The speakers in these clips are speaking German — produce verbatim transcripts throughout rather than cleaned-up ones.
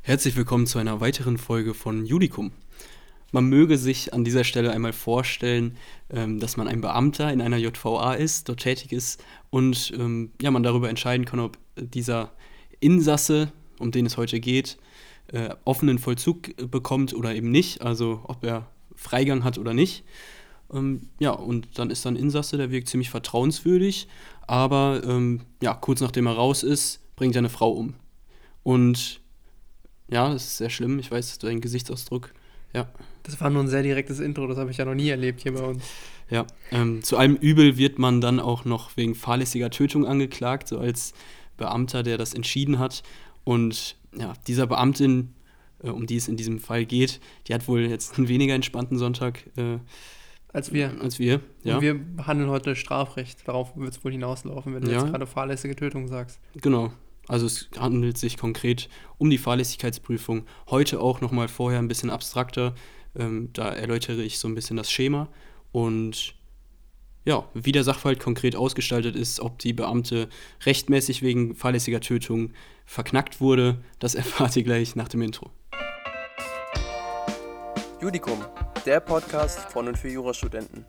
Herzlich willkommen zu einer weiteren Folge von Judicum. Man möge sich an dieser Stelle einmal vorstellen, ähm, dass man ein Beamter in einer J V A ist, dort tätig ist und ähm, ja, man darüber entscheiden kann, ob dieser Insasse, um den es heute geht, äh, offenen Vollzug äh, bekommt oder eben nicht, also ob er Freigang hat oder nicht. Ähm, ja, und dann ist da ein Insasse, der wirkt ziemlich vertrauenswürdig, aber ähm, ja, kurz nachdem er raus ist, bringt er eine Frau um. Und ja, das ist sehr schlimm. Ich weiß, dein Gesichtsausdruck. Ja, Das war nur ein sehr direktes Intro, das habe ich ja noch nie erlebt hier bei uns. ja. Ähm, zu allem Übel wird man dann auch noch wegen fahrlässiger Tötung angeklagt, so als Beamter, der das entschieden hat. Und ja, dieser Beamtin, äh, um die es in diesem Fall geht, die hat wohl jetzt einen weniger entspannten Sonntag äh, Als wir. als wir. Und Ja, wir behandeln heute Strafrecht. Darauf wird es wohl hinauslaufen, wenn du jetzt ja, gerade fahrlässige Tötung sagst. genau. Also es handelt sich konkret um die Fahrlässigkeitsprüfung. Heute auch nochmal vorher ein bisschen abstrakter. Ähm, da erläutere ich so ein bisschen das Schema. Und ja, wie der Sachverhalt konkret ausgestaltet ist, ob die Beamte rechtmäßig wegen fahrlässiger Tötung verknackt wurde, das erfahrt ihr gleich nach dem Intro. Judicum, der Podcast von und für Jurastudenten.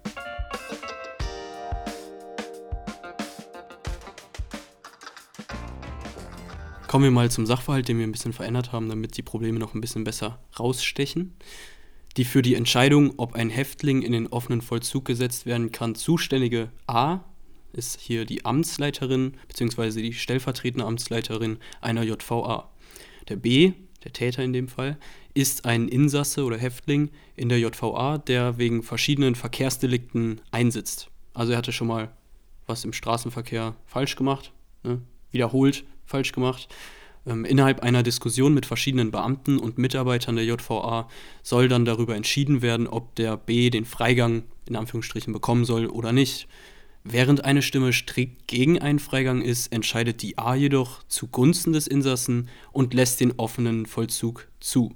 Kommen wir mal zum Sachverhalt, den wir ein bisschen verändert haben, damit die Probleme noch ein bisschen besser rausstechen. Die für die Entscheidung, ob ein Häftling in den offenen Vollzug gesetzt werden kann, zuständige A ist hier die Amtsleiterin bzw. die stellvertretende Amtsleiterin einer J V A. Der B, der Täter in dem Fall, ist ein Insasse oder Häftling in der J V A, der wegen verschiedenen Verkehrsdelikten einsitzt. Also er hatte schon mal was im Straßenverkehr falsch gemacht, ne? Wiederholt falsch gemacht. Ähm, innerhalb einer Diskussion mit verschiedenen Beamten und Mitarbeitern der J V A soll dann darüber entschieden werden, ob der B den Freigang in Anführungsstrichen bekommen soll oder nicht. Während eine Stimme strikt gegen einen Freigang ist, entscheidet die A jedoch zugunsten des Insassen und lässt den offenen Vollzug zu.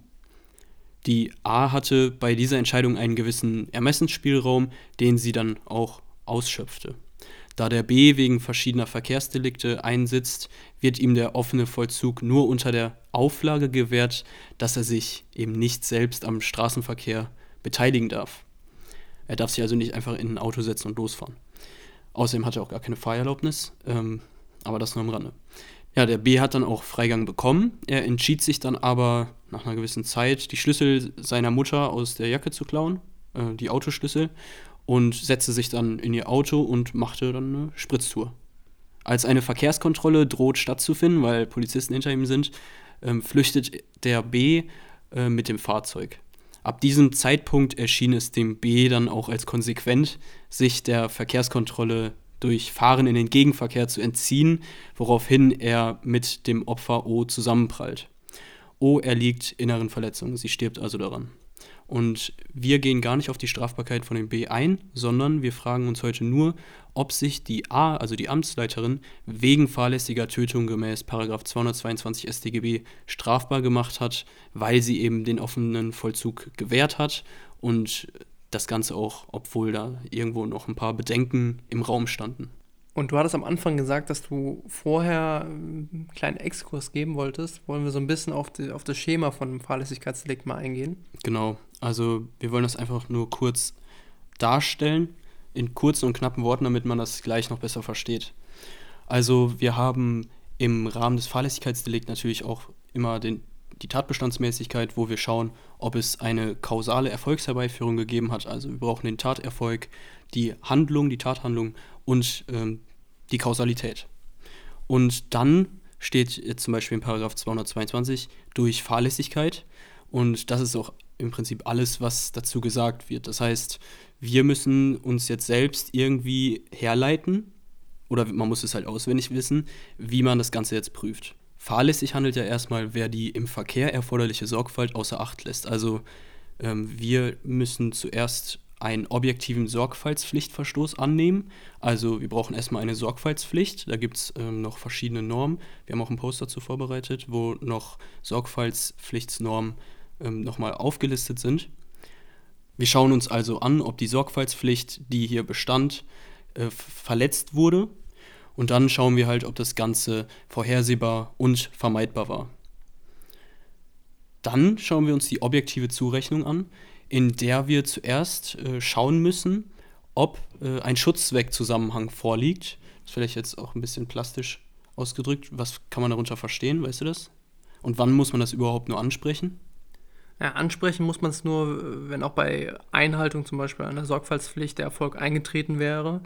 Die A hatte bei dieser Entscheidung einen gewissen Ermessensspielraum, den sie dann auch ausschöpfte. Da der B wegen verschiedener Verkehrsdelikte einsitzt, wird ihm der offene Vollzug nur unter der Auflage gewährt, dass er sich eben nicht selbst am Straßenverkehr beteiligen darf. Er darf sich also nicht einfach in ein Auto setzen und losfahren. Außerdem hat er auch gar keine Fahrerlaubnis, ähm, aber das nur am Rande. Ja, der B hat dann auch Freigang bekommen. Er entschied sich dann aber nach einer gewissen Zeit, die Schlüssel seiner Mutter aus der Jacke zu klauen, äh, die Autoschlüssel, und setzte sich dann in ihr Auto und machte dann eine Spritztour. Als eine Verkehrskontrolle droht stattzufinden, weil Polizisten hinter ihm sind, ähm, flüchtet der B äh, mit dem Fahrzeug. Ab diesem Zeitpunkt erschien es dem B dann auch als konsequent, sich der Verkehrskontrolle durch Fahren in den Gegenverkehr zu entziehen, woraufhin er mit dem Opfer O zusammenprallt. O erliegt inneren Verletzungen, sie stirbt also daran. Und wir gehen gar nicht auf die Strafbarkeit von dem B ein, sondern wir fragen uns heute nur, ob sich die A, also die Amtsleiterin, wegen fahrlässiger Tötung gemäß Paragraph zweihundertzweiundzwanzig S t G B strafbar gemacht hat, weil sie eben den offenen Vollzug gewährt hat und das Ganze auch, obwohl da irgendwo noch ein paar Bedenken im Raum standen. Und du hattest am Anfang gesagt, dass du vorher einen kleinen Exkurs geben wolltest. Wollen wir so ein bisschen auf, die, auf das Schema von einem Fahrlässigkeitsdelikt mal eingehen? Genau, also wir wollen das einfach nur kurz darstellen, in kurzen und knappen Worten, damit man das gleich noch besser versteht. Also wir haben im Rahmen des Fahrlässigkeitsdelikts natürlich auch immer den, die Tatbestandsmäßigkeit, wo wir schauen, ob es eine kausale Erfolgsherbeiführung gegeben hat. Also wir brauchen den Taterfolg, die Handlung, die Tathandlung und ähm, die Kausalität. Und dann steht jetzt zum Beispiel in Paragraph zweihundertzweiundzwanzig durch Fahrlässigkeit und das ist auch im Prinzip alles, was dazu gesagt wird. Das heißt, wir müssen uns jetzt selbst irgendwie herleiten, oder man muss es halt auswendig wissen, wie man das Ganze jetzt prüft. Fahrlässig handelt ja erstmal, wer die im Verkehr erforderliche Sorgfalt außer Acht lässt. Also ähm, wir müssen zuerst einen objektiven Sorgfaltspflichtverstoß annehmen. Also wir brauchen erstmal eine Sorgfaltspflicht. Da gibt es ähm, noch verschiedene Normen. Wir haben auch ein Post dazu vorbereitet, wo noch Sorgfaltspflichtsnormen ähm, nochmal aufgelistet sind. Wir schauen uns also an, ob die Sorgfaltspflicht, die hier bestand, äh, verletzt wurde. Und dann schauen wir halt, ob das Ganze vorhersehbar und vermeidbar war. Dann schauen wir uns die objektive Zurechnung an, in der wir zuerst äh, schauen müssen, ob äh, ein Schutzzweckzusammenhang vorliegt. Das ist vielleicht jetzt auch ein bisschen plastisch ausgedrückt. Was kann man darunter verstehen, weißt du das? Und wann muss man das überhaupt nur ansprechen? Ja, ansprechen muss man es nur, wenn auch bei Einhaltung zum Beispiel einer Sorgfaltspflicht der Erfolg eingetreten wäre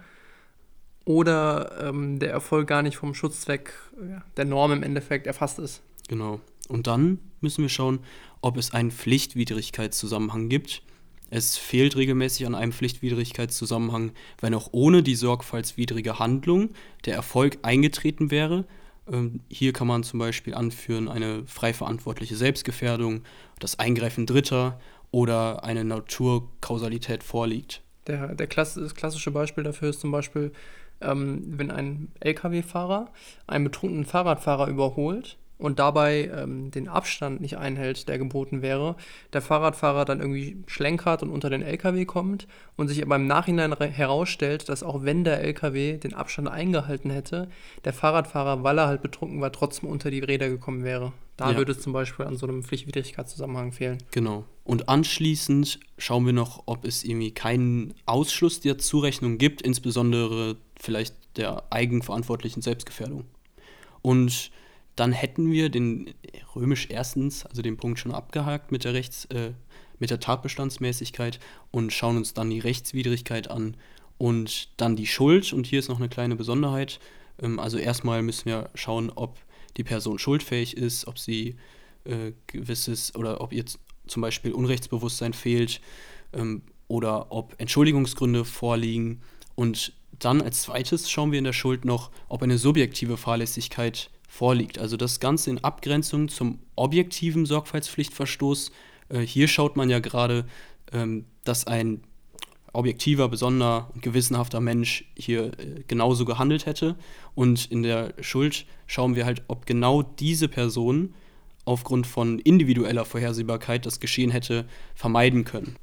oder ähm, der Erfolg gar nicht vom Schutzzweck ja, der Norm im Endeffekt erfasst ist. Genau. Und dann müssen wir schauen, ob es einen Pflichtwidrigkeitszusammenhang gibt. Es fehlt regelmäßig an einem Pflichtwidrigkeitszusammenhang, wenn auch ohne die sorgfaltswidrige Handlung der Erfolg eingetreten wäre. Ähm, hier kann man zum Beispiel anführen eine frei verantwortliche Selbstgefährdung, das Eingreifen Dritter oder eine Naturkausalität vorliegt. Der, der Klasse, das klassische Beispiel dafür ist zum Beispiel, ähm, wenn ein L K W-Fahrer einen betrunkenen Fahrradfahrer überholt und dabei ähm, den Abstand nicht einhält, der geboten wäre, der Fahrradfahrer dann irgendwie schlenkert und unter den L K W kommt und sich aber im Nachhinein re- herausstellt, dass auch wenn der L K W den Abstand eingehalten hätte, der Fahrradfahrer, weil er halt betrunken war, trotzdem unter die Räder gekommen wäre. Da Ja. würde es zum Beispiel an so einem Pflichtwidrigkeitszusammenhang fehlen. Genau. Und anschließend schauen wir noch, ob es irgendwie keinen Ausschluss der Zurechnung gibt, insbesondere vielleicht der eigenverantwortlichen Selbstgefährdung. Und dann hätten wir den römisch erstens, also den Punkt schon abgehakt mit der Rechts, äh, mit der Tatbestandsmäßigkeit und schauen uns dann die Rechtswidrigkeit an und dann die Schuld. Und hier ist noch eine kleine Besonderheit. Ähm, also erstmal müssen wir schauen, ob die Person schuldfähig ist, ob sie äh, gewisses oder ob ihr z- zum Beispiel Unrechtsbewusstsein fehlt ähm, oder ob Entschuldigungsgründe vorliegen. Und dann als zweites schauen wir in der Schuld noch, ob eine subjektive Fahrlässigkeit vorliegt. Also das Ganze in Abgrenzung zum objektiven Sorgfaltspflichtverstoß. Äh, hier schaut man ja gerade, ähm, dass ein objektiver, besonderer und gewissenhafter Mensch hier äh, genauso gehandelt hätte. Und in der Schuld schauen wir halt, ob genau diese Person aufgrund von individueller Vorhersehbarkeit das Geschehen hätte vermeiden können.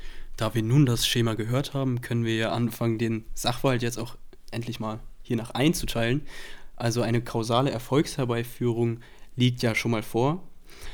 Da wir nun das Schema gehört haben, können wir ja anfangen, den Sachverhalt jetzt auch endlich mal hiernach einzuteilen. Also eine kausale Erfolgsherbeiführung liegt ja schon mal vor.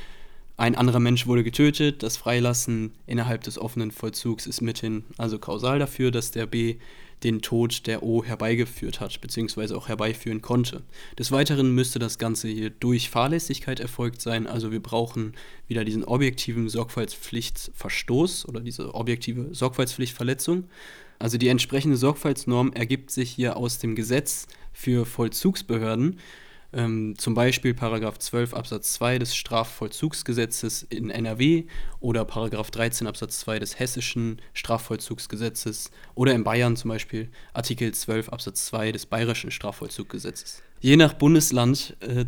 Ein anderer Mensch wurde getötet, das Freilassen innerhalb des offenen Vollzugs ist mithin also kausal dafür, dass der B den Tod der O herbeigeführt hat, beziehungsweise auch herbeiführen konnte. Des Weiteren müsste das Ganze hier durch Fahrlässigkeit erfolgt sein, also wir brauchen wieder diesen objektiven Sorgfaltspflichtverstoß oder diese objektive Sorgfaltspflichtverletzung. Also die entsprechende Sorgfaltsnorm ergibt sich hier aus dem Gesetz für Vollzugsbehörden, ähm, zum Beispiel Paragraph zwölf Absatz zwei des Strafvollzugsgesetzes in N R W oder Paragraph dreizehn Absatz zwei des hessischen Strafvollzugsgesetzes oder in Bayern zum Beispiel Artikel zwölf Absatz zwei des bayerischen Strafvollzugsgesetzes. Je nach Bundesland äh,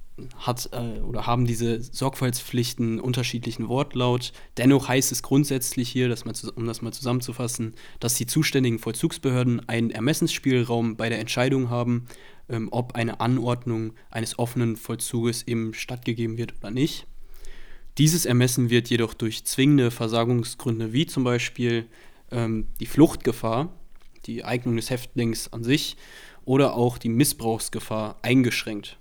hat äh, oder haben diese Sorgfaltspflichten unterschiedlichen Wortlaut. Dennoch heißt es grundsätzlich hier, dass man, um das mal zusammenzufassen, dass die zuständigen Vollzugsbehörden einen Ermessensspielraum bei der Entscheidung haben, ähm, ob eine Anordnung eines offenen Vollzuges eben stattgegeben wird oder nicht. Dieses Ermessen wird jedoch durch zwingende Versagungsgründe wie zum Beispiel ähm, die Fluchtgefahr, die Eignung des Häftlings an sich oder auch die Missbrauchsgefahr eingeschränkt.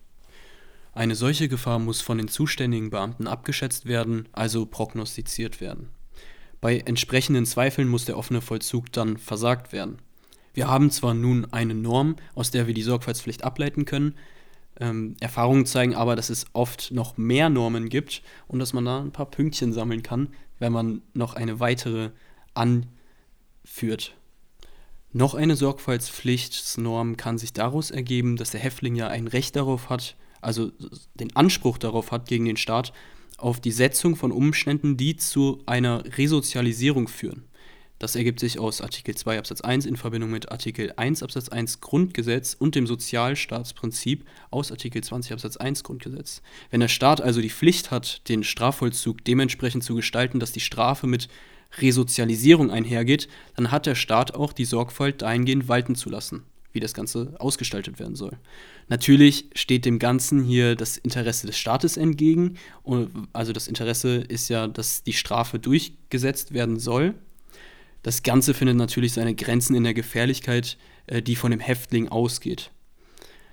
Eine solche Gefahr muss von den zuständigen Beamten abgeschätzt werden, also prognostiziert werden. Bei entsprechenden Zweifeln muss der offene Vollzug dann versagt werden. Wir haben zwar nun eine Norm, aus der wir die Sorgfaltspflicht ableiten können, ähm, Erfahrungen zeigen aber, dass es oft noch mehr Normen gibt und dass man da ein paar Pünktchen sammeln kann, wenn man noch eine weitere anführt. Noch eine Sorgfaltspflichtsnorm kann sich daraus ergeben, dass der Häftling ja ein Recht darauf hat, also den Anspruch darauf hat gegen den Staat, auf die Setzung von Umständen, die zu einer Resozialisierung führen. Das ergibt sich aus Artikel zwei Absatz eins in Verbindung mit Artikel eins Absatz eins Grundgesetz und dem Sozialstaatsprinzip aus Artikel zwanzig Absatz eins Grundgesetz. Wenn der Staat also die Pflicht hat, den Strafvollzug dementsprechend zu gestalten, dass die Strafe mit Resozialisierung einhergeht, dann hat der Staat auch die Sorgfalt dahingehend walten zu lassen, wie das Ganze ausgestaltet werden soll. Natürlich steht dem Ganzen hier das Interesse des Staates entgegen. Also das Interesse ist ja, dass die Strafe durchgesetzt werden soll. Das Ganze findet natürlich seine Grenzen in der Gefährlichkeit, die von dem Häftling ausgeht.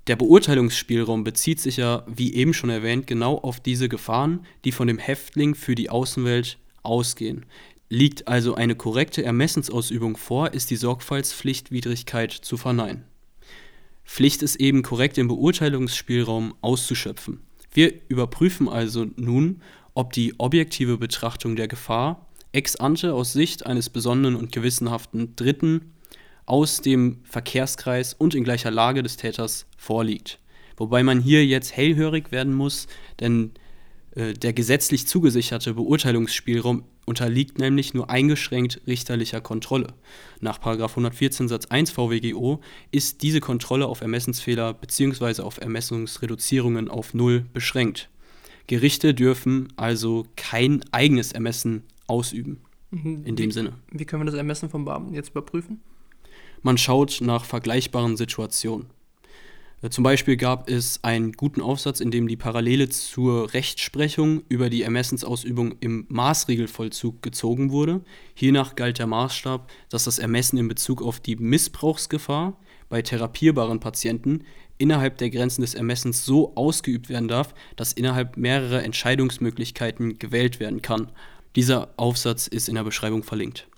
Der Beurteilungsspielraum bezieht sich ja, wie eben schon erwähnt, genau auf diese Gefahren, die von dem Häftling für die Außenwelt ausgehen. Liegt also eine korrekte Ermessensausübung vor, ist die Sorgfaltspflichtwidrigkeit zu verneinen. Pflicht ist eben, korrekt den Beurteilungsspielraum auszuschöpfen. Wir überprüfen also nun, ob die objektive Betrachtung der Gefahr ex ante aus Sicht eines besonnenen und gewissenhaften Dritten aus dem Verkehrskreis und in gleicher Lage des Täters vorliegt. Wobei man hier jetzt hellhörig werden muss, denn äh, der gesetzlich zugesicherte Beurteilungsspielraum unterliegt nämlich nur eingeschränkt richterlicher Kontrolle. Nach Paragraph hundertvierzehn Satz eins V W G O ist diese Kontrolle auf Ermessensfehler bzw. auf Ermessungsreduzierungen auf Null beschränkt. Gerichte dürfen also kein eigenes Ermessen ausüben, Mhm. in wie, dem Sinne. Wie können wir das Ermessen vom Beamten jetzt überprüfen? Man schaut nach vergleichbaren Situationen. Äh, Zum Beispiel gab es einen guten Aufsatz, in dem die Parallele zur Rechtsprechung über die Ermessensausübung im Maßregelvollzug gezogen wurde. Hiernach galt der Maßstab, dass das Ermessen in Bezug auf die Missbrauchsgefahr bei therapierbaren Patienten innerhalb der Grenzen des Ermessens so ausgeübt werden darf, dass innerhalb mehrerer Entscheidungsmöglichkeiten gewählt werden kann. Dieser Aufsatz ist in der Beschreibung verlinkt.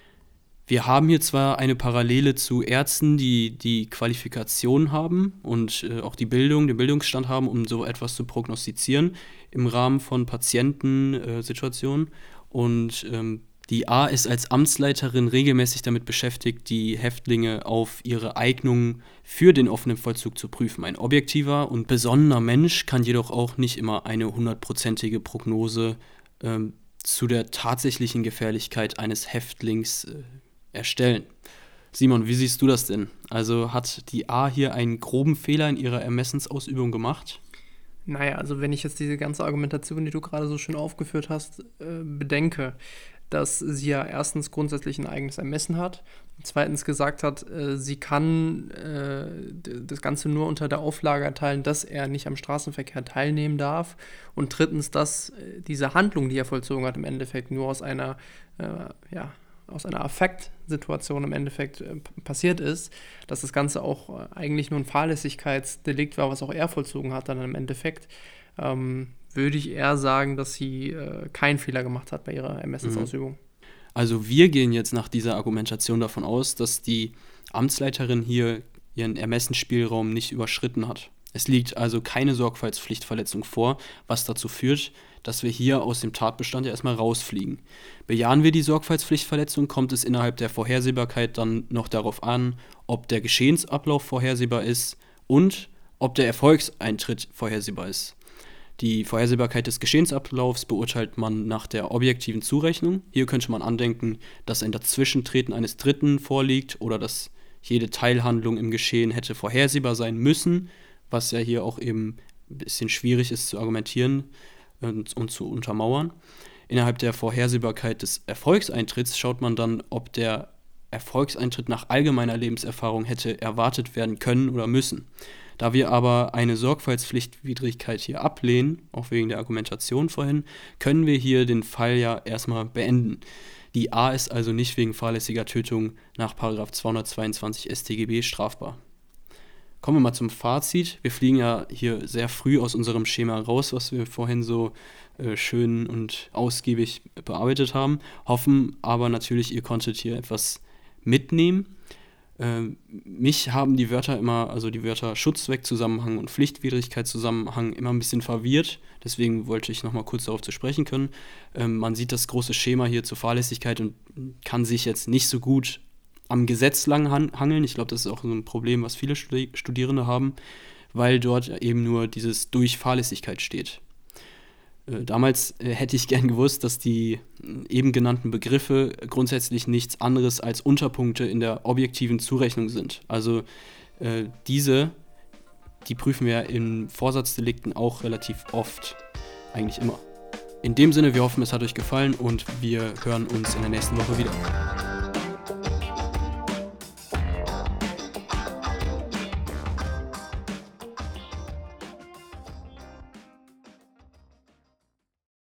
Wir haben hier zwar eine Parallele zu Ärzten, die die Qualifikation haben und äh, auch die Bildung, den Bildungsstand haben, um so etwas zu prognostizieren im Rahmen von Patientensituationen. Und ähm, die A ist als Amtsleiterin regelmäßig damit beschäftigt, die Häftlinge auf ihre Eignung für den offenen Vollzug zu prüfen. Ein objektiver und besonnener Mensch kann jedoch auch nicht immer eine hundertprozentige Prognose ähm, zu der tatsächlichen Gefährlichkeit eines Häftlings äh, erstellen. Simon, wie siehst du das denn? Also hat die A hier einen groben Fehler in ihrer Ermessensausübung gemacht? Naja, also wenn ich jetzt diese ganze Argumentation, die du gerade so schön aufgeführt hast, äh, bedenke, dass sie ja erstens grundsätzlich ein eigenes Ermessen hat, zweitens gesagt hat, äh, sie kann äh, d- das Ganze nur unter der Auflage erteilen, dass er nicht am Straßenverkehr teilnehmen darf, und drittens, dass äh, diese Handlung, die er vollzogen hat, im Endeffekt nur aus einer, äh, ja, aus einer Affektsituation im Endeffekt äh, p- passiert ist, dass das Ganze auch äh, eigentlich nur ein Fahrlässigkeitsdelikt war, was auch er vollzogen hat dann im Endeffekt, ähm, würde ich eher sagen, dass sie äh, keinen Fehler gemacht hat bei ihrer Ermessensausübung. Also wir gehen jetzt nach dieser Argumentation davon aus, dass die Amtsleiterin hier ihren Ermessensspielraum nicht überschritten hat. Es liegt also keine Sorgfaltspflichtverletzung vor, was dazu führt, dass wir hier aus dem Tatbestand ja erstmal rausfliegen. Bejahen wir die Sorgfaltspflichtverletzung, kommt es innerhalb der Vorhersehbarkeit dann noch darauf an, ob der Geschehensablauf vorhersehbar ist und ob der Erfolgseintritt vorhersehbar ist. Die Vorhersehbarkeit des Geschehensablaufs beurteilt man nach der objektiven Zurechnung. Hier könnte man andenken, dass ein Dazwischentreten eines Dritten vorliegt oder dass jede Teilhandlung im Geschehen hätte vorhersehbar sein müssen, was ja hier auch eben ein bisschen schwierig ist zu argumentieren und, und zu untermauern. Innerhalb der Vorhersehbarkeit des Erfolgseintritts schaut man dann, ob der Erfolgseintritt nach allgemeiner Lebenserfahrung hätte erwartet werden können oder müssen. Da wir aber eine Sorgfaltspflichtwidrigkeit hier ablehnen, auch wegen der Argumentation vorhin, können wir hier den Fall ja erstmal beenden. Die A ist also nicht wegen fahrlässiger Tötung nach Paragraph zweihundertzweiundzwanzig S t G B strafbar. Kommen wir mal zum Fazit. Wir fliegen ja hier sehr früh aus unserem Schema raus, was wir vorhin so äh, schön und ausgiebig bearbeitet haben, hoffen aber natürlich, ihr konntet hier etwas mitnehmen. Ähm, mich haben die Wörter immer, also die Wörter Schutzzweckzusammenhang und Pflichtwidrigkeitszusammenhang immer ein bisschen verwirrt. Deswegen wollte ich nochmal kurz darauf zu sprechen können. Ähm, man sieht das große Schema hier zur Fahrlässigkeit und kann sich jetzt nicht so gut am Gesetz lang han- hangeln. Ich glaube, das ist auch so ein Problem, was viele Studi- Studierende haben, weil dort eben nur dieses durch Fahrlässigkeit steht. Äh, Damals äh, hätte ich gern gewusst, dass die äh, eben genannten Begriffe grundsätzlich nichts anderes als Unterpunkte in der objektiven Zurechnung sind. Also äh, diese, die prüfen wir in Vorsatzdelikten auch relativ oft, eigentlich immer. In dem Sinne, wir hoffen, es hat euch gefallen und wir hören uns in der nächsten Woche wieder.